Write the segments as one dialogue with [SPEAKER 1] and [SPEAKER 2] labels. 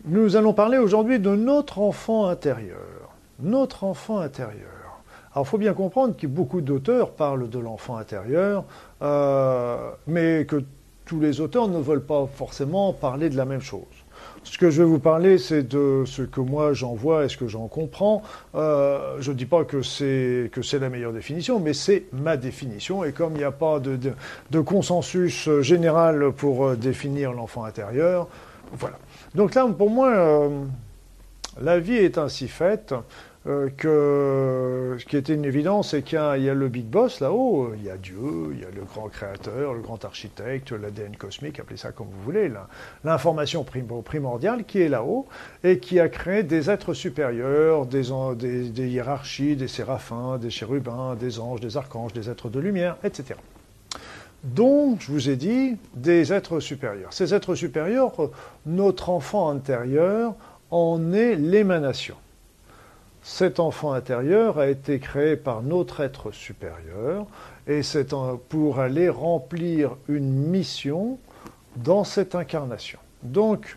[SPEAKER 1] Nous allons parler aujourd'hui de notre enfant intérieur. Notre enfant intérieur. Alors, il faut bien comprendre que beaucoup d'auteurs parlent de l'enfant intérieur, mais que tous les auteurs ne veulent pas forcément parler de la même chose. Ce que je vais vous parler, c'est de ce que moi j'en vois et ce que j'en comprends. Je ne dis pas que c'est la meilleure définition, mais c'est ma définition. Et comme il n'y a pas de consensus général pour définir l'enfant intérieur, voilà. Donc là, pour moi, la vie est ainsi faite que ce qui était une évidence, c'est qu'il y a le Big Boss là-haut, il y a Dieu, il y a le grand créateur, le grand architecte, l'ADN cosmique, appelez ça comme vous voulez, l'information primordiale qui est là-haut et qui a créé des êtres supérieurs, des hiérarchies, des séraphins, des chérubins, des anges, des archanges, des êtres de lumière, etc. Donc, je vous ai dit, des êtres supérieurs. Ces êtres supérieurs, notre enfant intérieur en est l'émanation. Cet enfant intérieur a été créé par notre être supérieur et c'est pour aller remplir une mission dans cette incarnation. Donc,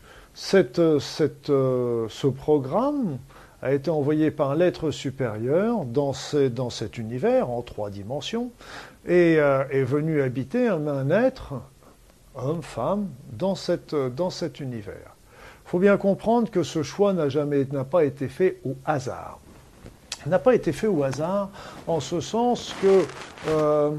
[SPEAKER 1] ce programme a été envoyé par l'être supérieur dans cet univers en 3 dimensions et est venu habiter un être, homme, femme, dans cet univers. Il faut bien comprendre que ce choix n'a pas été fait au hasard. Il n'a pas été fait au hasard en ce sens que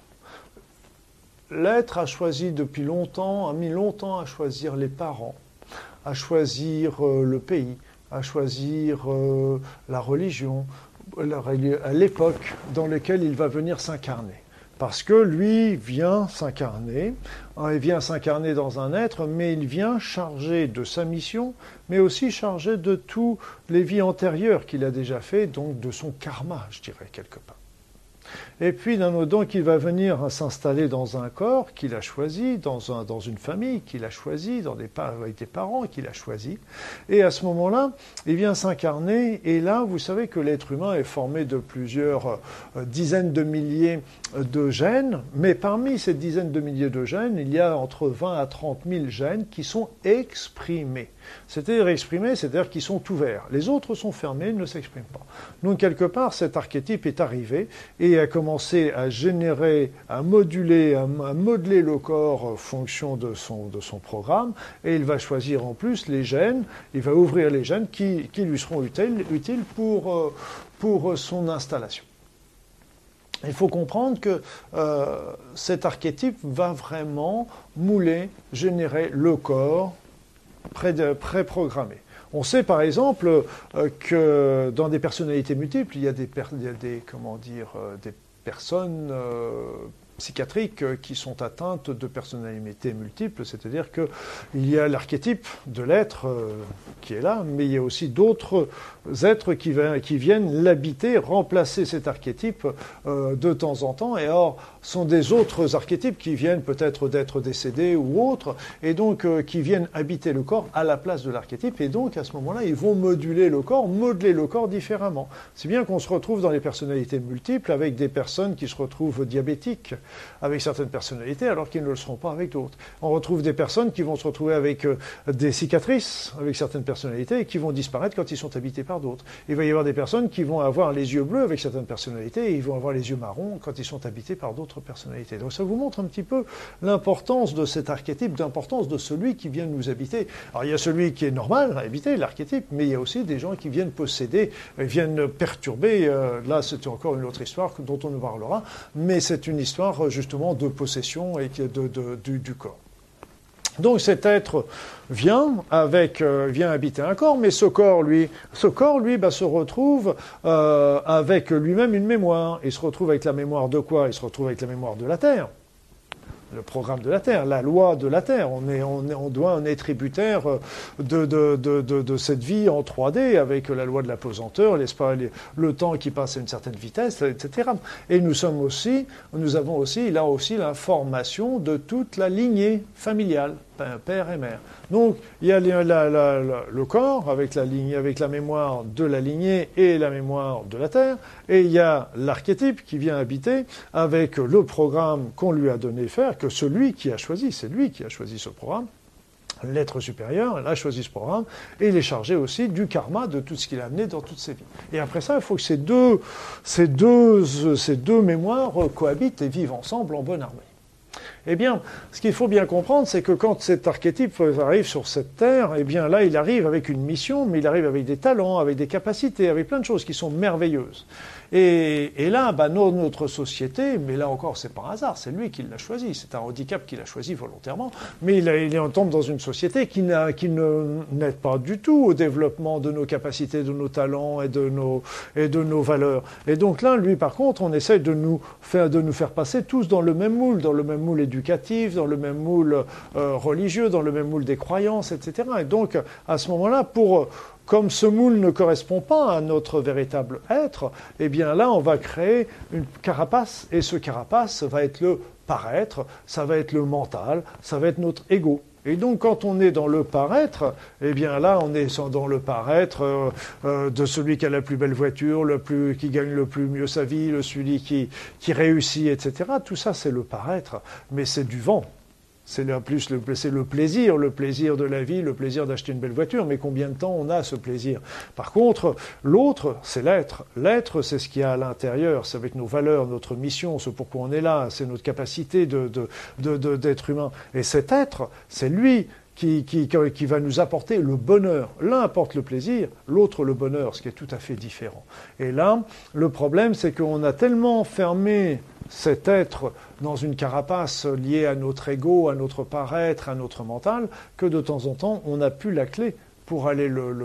[SPEAKER 1] l'être a choisi depuis longtemps, a mis longtemps à choisir les parents, à choisir le pays, à choisir la religion, à l'époque dans laquelle il va venir s'incarner. Parce que lui vient s'incarner, il vient s'incarner dans un être, mais il vient chargé de sa mission, mais aussi chargé de toutes les vies antérieures qu'il a déjà fait, donc de son karma, je dirais, quelque part. Et puis, donc, il va venir s'installer dans un corps qu'il a choisi, dans une famille qu'il a choisi, avec des parents qu'il a choisi. Et à ce moment-là, il vient s'incarner. Et là, vous savez que l'être humain est formé de plusieurs dizaines de milliers de gènes. Mais parmi ces dizaines de milliers de gènes, il y a entre 20 à 30 000 gènes qui sont exprimés. C'est-à-dire exprimés, c'est-à-dire qu'ils sont ouverts. Les autres sont fermés, ne s'expriment pas. Donc, quelque part, cet archétype est arrivé et a commencé à générer, à modeler le corps en fonction de son programme, et il va choisir en plus les gènes, il va ouvrir les gènes qui lui seront utiles pour son installation. Il faut comprendre que cet archétype va vraiment mouler, générer le corps préprogrammé. On sait par exemple que dans des personnalités multiples, il y a des personnes psychiatriques qui sont atteintes de personnalités multiples, c'est-à-dire qu'il y a l'archétype de l'être qui est là, mais il y a aussi d'autres êtres qui viennent l'habiter, remplacer cet archétype de temps en temps, et or sont des autres archétypes qui viennent peut-être d'être décédés ou autres, et donc qui viennent habiter le corps à la place de l'archétype, et donc à ce moment-là, ils vont modeler le corps différemment. C'est bien qu'on se retrouve dans les personnalités multiples avec des personnes qui se retrouvent diabétiques, avec certaines personnalités, alors qu'ils ne le seront pas avec d'autres. On retrouve des personnes qui vont se retrouver avec des cicatrices, avec certaines personnalités, et qui vont disparaître quand ils sont habités par d'autres. Il va y avoir des personnes qui vont avoir les yeux bleus avec certaines personnalités, et ils vont avoir les yeux marrons quand ils sont habités par d'autres personnalités. Donc ça vous montre un petit peu l'importance de cet archétype, l'importance de celui qui vient nous habiter. Alors il y a celui qui est normal à habiter, l'archétype, mais il y a aussi des gens qui viennent posséder, viennent perturber. Là, c'est encore une autre histoire dont on nous parlera, mais c'est une histoire justement de possession et du corps. Donc cet être vient habiter un corps, mais ce corps lui se retrouve avec lui-même une mémoire. Il se retrouve avec la mémoire de quoi? Il se retrouve avec la mémoire de la Terre. Le programme de la Terre, la loi de la Terre. On est tributaire de cette vie en 3D avec la loi de la pesanteur, le temps qui passe à une certaine vitesse, etc. Et nous avons aussi l'information de toute la lignée familiale, père et mère. Donc il y a le corps avec la mémoire de la lignée et la mémoire de la Terre, et il y a l'archétype qui vient habiter avec le programme qu'on lui a donné faire, que celui qui a choisi, c'est lui qui a choisi ce programme, l'être supérieur, elle a choisi ce programme, et il est chargé aussi du karma de tout ce qu'il a amené dans toutes ses vies. Et après ça, il faut que ces deux mémoires cohabitent et vivent ensemble en bonne harmonie. Eh bien, ce qu'il faut bien comprendre, c'est que quand cet archétype arrive sur cette terre, eh bien là, il arrive avec une mission, mais il arrive avec des talents, avec des capacités, avec plein de choses qui sont merveilleuses. Et là, notre société, mais là encore, c'est pas un hasard, c'est lui qui l'a choisi, c'est un handicap qu'il a choisi volontairement, mais il tombe dans une société qui n'aide pas du tout au développement de nos capacités, de nos talents et de nos valeurs. Et donc là, lui, par contre, on essaie de nous faire passer tous dans le même moule éducatif, dans le même moule religieux, dans le même moule des croyances, etc. Et donc, à ce moment-là, comme ce moule ne correspond pas à notre véritable être, eh bien là, on va créer une carapace, et ce carapace va être le paraître, ça va être le mental, ça va être notre ego. Et donc, quand on est dans le paraître, eh bien là, on est dans le paraître de celui qui a la plus belle voiture, qui gagne le plus mieux sa vie, celui qui réussit, etc. Tout ça, c'est le paraître, mais c'est du vent. C'est le plaisir de la vie, le plaisir d'acheter une belle voiture, mais combien de temps on a ce plaisir? Par contre, l'autre, c'est l'être. L'être, c'est ce qu'il y a à l'intérieur, c'est avec nos valeurs, notre mission, ce pourquoi on est là, c'est notre capacité d'être humain. Et cet être, c'est lui qui va nous apporter le bonheur. L'un apporte le plaisir, l'autre le bonheur, ce qui est tout à fait différent. Et là, le problème, c'est qu'on a tellement fermé cet être dans une carapace liée à notre ego, à notre paraître, à notre mental, que de temps en temps, on n'a plus la clé pour aller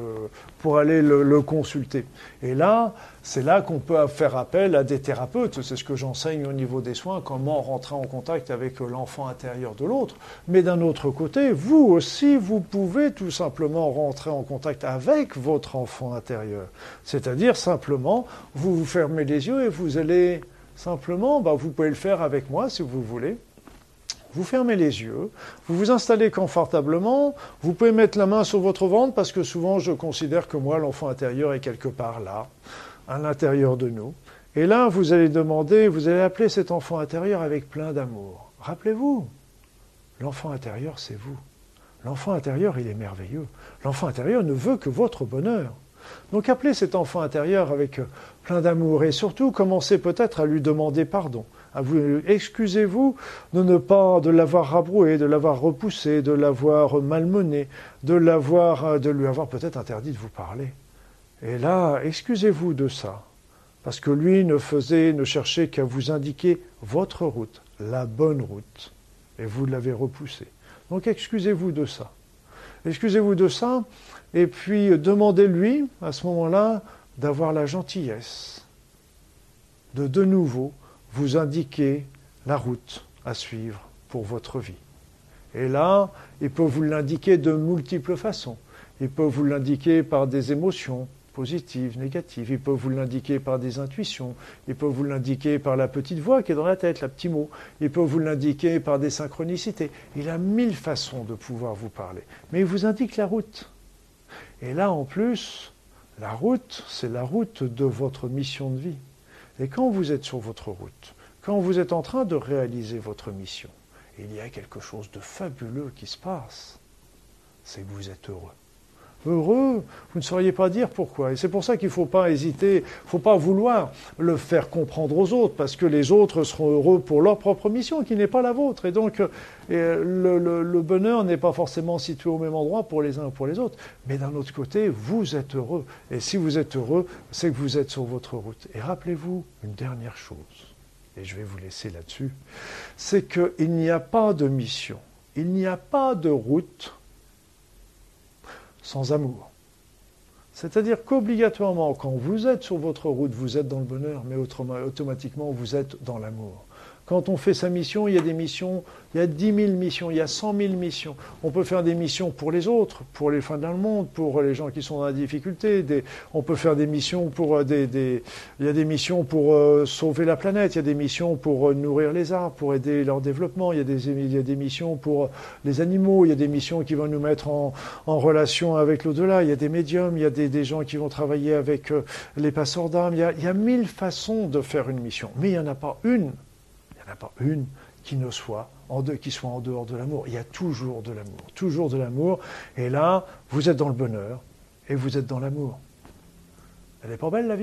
[SPEAKER 1] le consulter. Et là, c'est là qu'on peut faire appel à des thérapeutes. C'est ce que j'enseigne au niveau des soins, comment rentrer en contact avec l'enfant intérieur de l'autre. Mais d'un autre côté, vous aussi, vous pouvez tout simplement rentrer en contact avec votre enfant intérieur. C'est-à-dire simplement, vous fermez les yeux et vous allez simplement, vous pouvez le faire avec moi si vous voulez. Vous fermez les yeux, vous vous installez confortablement, vous pouvez mettre la main sur votre ventre parce que souvent je considère que moi, l'enfant intérieur est quelque part là, à l'intérieur de nous. Et là, vous allez appeler cet enfant intérieur avec plein d'amour. Rappelez-vous, l'enfant intérieur, c'est vous. L'enfant intérieur, il est merveilleux. L'enfant intérieur ne veut que votre bonheur. Donc appelez cet enfant intérieur avec plein d'amour et surtout commencez peut-être à lui demander pardon. Excusez-vous de l'avoir rabroué, de l'avoir repoussé, de l'avoir malmené, de lui avoir peut-être interdit de vous parler. Et là, excusez-vous de ça, parce que lui ne cherchait qu'à vous indiquer votre route, la bonne route, et vous l'avez repoussé. Donc excusez-vous de ça. Excusez-vous de ça, et puis demandez-lui, à ce moment-là, d'avoir la gentillesse de nouveau vous indiquer la route à suivre pour votre vie. Et là, il peut vous l'indiquer de multiples façons. Il peut vous l'indiquer par des émotions positives, négatives. Il peut vous l'indiquer par des intuitions. Il peut vous l'indiquer par la petite voix qui est dans la tête, le petit mot. Il peut vous l'indiquer par des synchronicités. Il a 1000 façons de pouvoir vous parler. Mais il vous indique la route. Et là, en plus, la route, c'est la route de votre mission de vie. Et quand vous êtes sur votre route, quand vous êtes en train de réaliser votre mission, il y a quelque chose de fabuleux qui se passe. C'est que vous êtes heureux. Heureux, vous ne sauriez pas dire pourquoi. Et c'est pour ça qu'il ne faut pas hésiter, il ne faut pas vouloir le faire comprendre aux autres, parce que les autres seront heureux pour leur propre mission, qui n'est pas la vôtre. Et donc, le bonheur n'est pas forcément situé au même endroit pour les uns ou pour les autres. Mais d'un autre côté, vous êtes heureux. Et si vous êtes heureux, c'est que vous êtes sur votre route. Et rappelez-vous une dernière chose, et je vais vous laisser là-dessus, c'est qu'il n'y a pas de mission, il n'y a pas de route sans amour. C'est-à-dire qu'obligatoirement, quand vous êtes sur votre route, vous êtes dans le bonheur, mais automatiquement, vous êtes dans l'amour. Quand on fait sa mission, il y a des missions, il y a 10 000 missions, il y a 100 000 missions. On peut faire des missions pour les autres, pour les fins dans le monde, pour les gens qui sont dans la difficulté. On peut faire des missions pour il y a des missions pour sauver la planète, il y a des missions pour nourrir les arbres, pour aider leur développement, il y a des missions pour les animaux, il y a des missions qui vont nous mettre en relation avec l'au-delà, il y a des médiums, il y a des gens qui vont travailler avec les passeurs d'âmes. Il y a 1000 façons de faire une mission, mais il n'y en a pas une qui ne soit qui soit en dehors de l'amour. Il y a toujours de l'amour, toujours de l'amour. Et là, vous êtes dans le bonheur et vous êtes dans l'amour. Elle n'est pas belle, la vie ?